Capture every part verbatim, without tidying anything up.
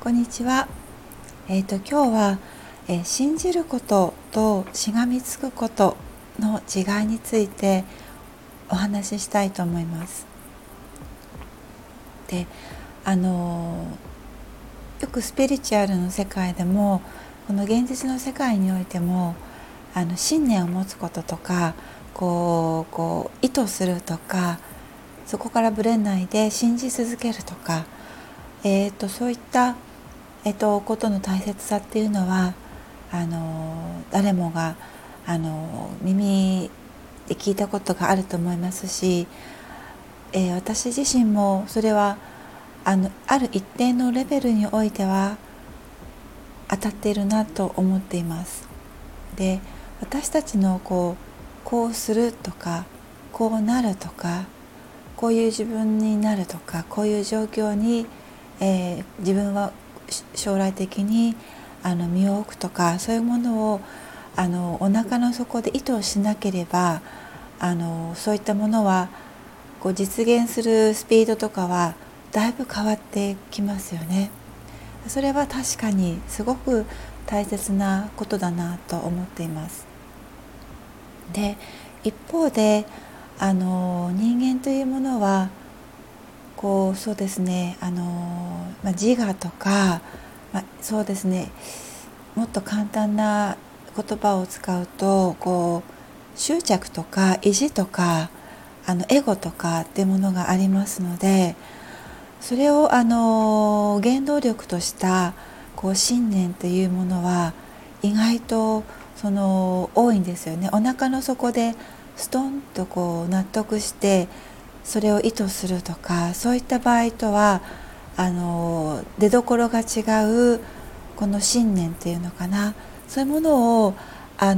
こんにちは。えーと、今日は、えー信じることとしがみつくことの違いについてお話ししたいと思います。で、あのーよくスピリチュアルの世界でもこの現実の世界においてもあの信念を持つこととかこう、こう意図するとか、そこからぶれないで信じ続けるとか、えーと、そういったえっと、ことの大切さっていうのはあの誰もがあの耳で聞いたことがあると思いますし、えー私自身もそれはあのある一定のレベルにおいては当たっているなと思っています。で、私たちのこう、こうするとかこうなるとかこういう自分になるとかこういう状況に、えー自分は将来的にあの身を置くとか、そういうものをあのお腹の底で意図しなければあのそういったものはこう実現するスピードとかはだいぶ変わってきますよね。それは確かにすごく大切なことだなと思っています。で、一方であの人間というものはこうそうですねあの、まあ、自我とか、まあ、そうですねもっと簡単な言葉を使うとこう執着とか意地とかあのエゴとかっていうものがありますので、それをあの原動力としたこう信念というものは意外とその多いんですよね。お腹の底でストンとこう納得してそれを意図するとか、そういった場合とはあの出どころが違うこの信念っていうのかな、そういうものをあ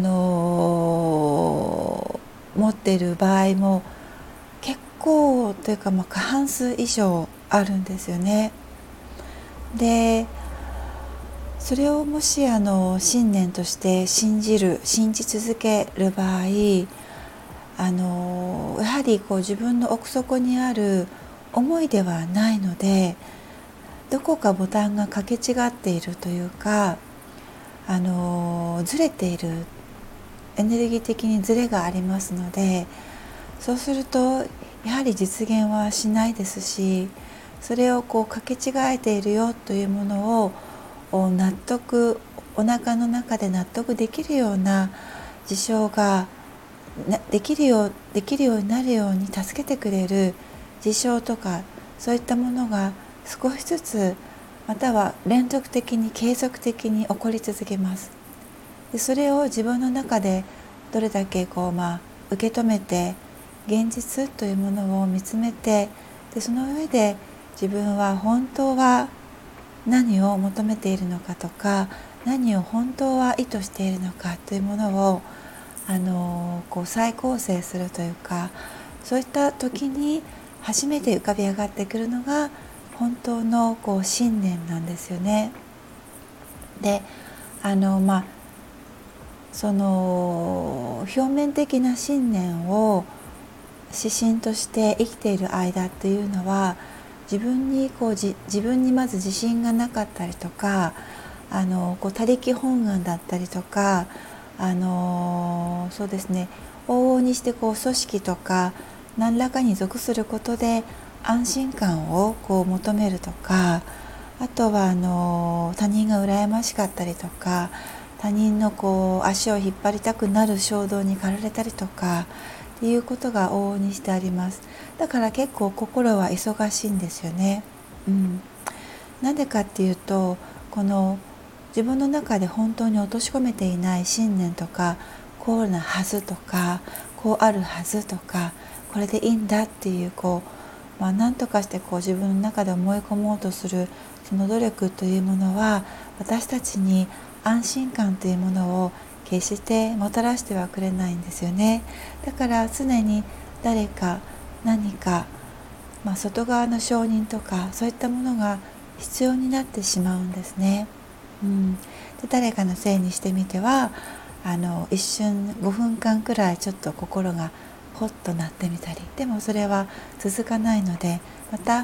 の持っている場合も結構というか、まあ、過半数以上あるんですよね。で、それをもしあの信念として信じる信じ続ける場合、あのやはりこう自分の奥底にある思いではないので、どこかボタンが掛け違っているというか、あのずれている、エネルギー的にずれがありますので、そうするとやはり実現はしないですし、それをこう掛け違えているよというものを納得、お腹の中で納得できるような事象ができるようできるようになるように助けてくれる事象とか、そういったものが少しずつまたは連続的に継続的に起こり続けます。で、それを自分の中でどれだけこう、まあ、受け止めて現実というものを見つめて、でその上で自分は本当は何を求めているのかとか、何を本当は意図しているのかというものをあのこう再構成するというか、そういった時に初めて浮かび上がってくるのが本当のこう信念なんですよね。で、あのまあその表面的な信念を指針として生きている間っていうのは、自分にこうじ自分にまず自信がなかったりとか、あのこう他力本願だったりとか、あのそうですね往々にしてこう組織とか何らかに属することで安心感をこう求めるとか、あとはあの他人が羨ましかったりとか、他人のこう足を引っ張りたくなる衝動に駆られたりとかっていうことが往々にしてあります。だから結構心は忙しいんですよね。うん、なんでかっていうと、この自分の中で本当に落とし込めていない信念とか、こうなはずとかこうあるはずとか、これでいいんだっていうこう、まあ、何とかしてこう自分の中で思い込もうとするその努力というものは、私たちに安心感というものを決してもたらしてはくれないんですよね。だから常に誰か何か、まあ、外側の承認とかそういったものが必要になってしまうんですね。うん、で誰かのせいにしてみてはあの一瞬ごふんかんくらいちょっと心がホッとなってみたり、でもそれは続かないので、また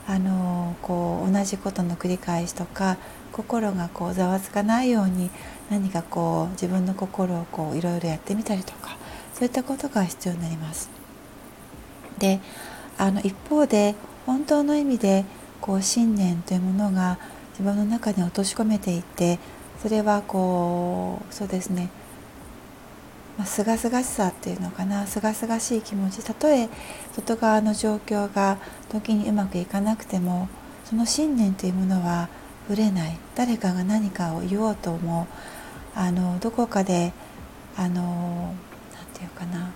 あのこう同じことの繰り返しとか、心がこうざわつかないように何かこう自分の心をこういろいろやってみたりとか、そういったことが必要になります。であの一方で本当の意味でこう信念というものが自分の中に落とし込めていて、それはこうそうですね、まあ、すがすがしさっていうのかな、すがすがしい気持ち、たとえ外側の状況が時にうまくいかなくても、その信念というものはぶれない。誰かが何かを言おうともあのどこかであのなんていうかな、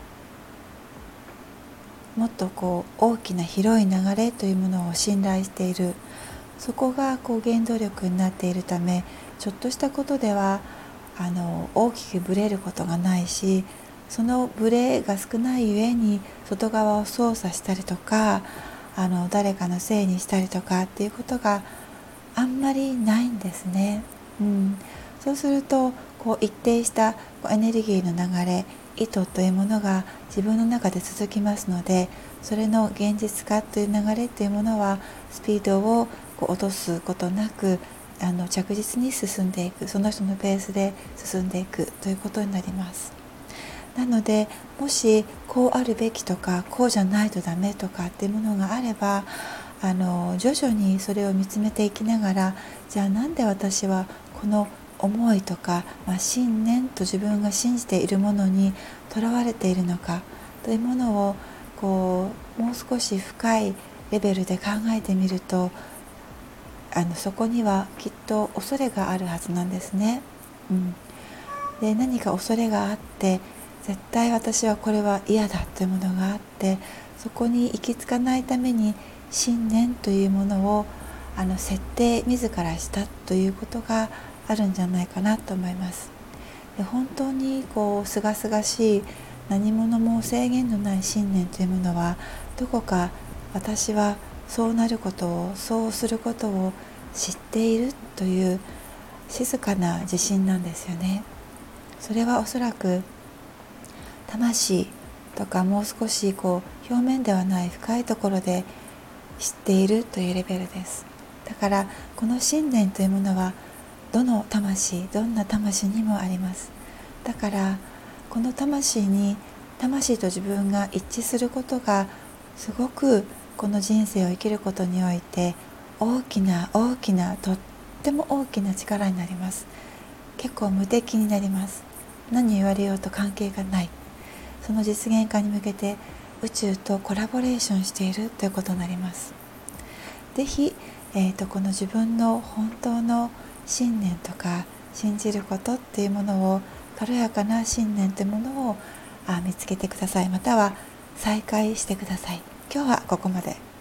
もっとこう大きな広い流れというものを信頼している、そこがこう原動力になっているため、ちょっとしたことではあの大きくブレることがないし、そのブレが少ないゆえに外側を操作したりとか、あの誰かのせいにしたりとかっていうことがあんまりないんですね。うん、そうするとこう一定したエネルギーの流れ、意図というものが自分の中で続きますので、それの現実化という流れというものはスピードをこう落とすことなく、あの着実に進んでいく、その人のペースで進んでいくということになります。なのでもしこうあるべきとか、こうじゃないとダメとかっていうものがあれば、あの徐々にそれを見つめていきながら、じゃあなんで私はこの思いとか、まあ、信念と自分が信じているものにとらわれているのかというものをこうもう少し深いレベルで考えてみると、あのそこにはきっと恐れがあるはずなんですね。うん、で何か恐れがあって、絶対私はこれは嫌だというものがあって、そこに行き着かないために信念というものをあの設定自らしたということがあるんじゃないかなと思います。で本当にこうすがすがしい、何者も制限のない信念というものは、どこか私はそうなることを、そうすることを知っているという静かな自信なんですよね。それはおそらく魂とか、もう少しこう表面ではない深いところで知っているというレベルです。だからこの信念というものはどの魂、どんな魂にもあります。だからこの魂に、魂と自分が一致することがすごくこの人生を生きることにおいて大きな大きな、とっても大きな力になります。結構無敵になります。何言われようと関係がない、その実現化に向けて宇宙とコラボレーションしているということになります。ぜひ、えーと、この自分の本当の信念とか信じることっていうものを、軽やかな信念というものをあ見つけてください。または再開してください。今日はここまで。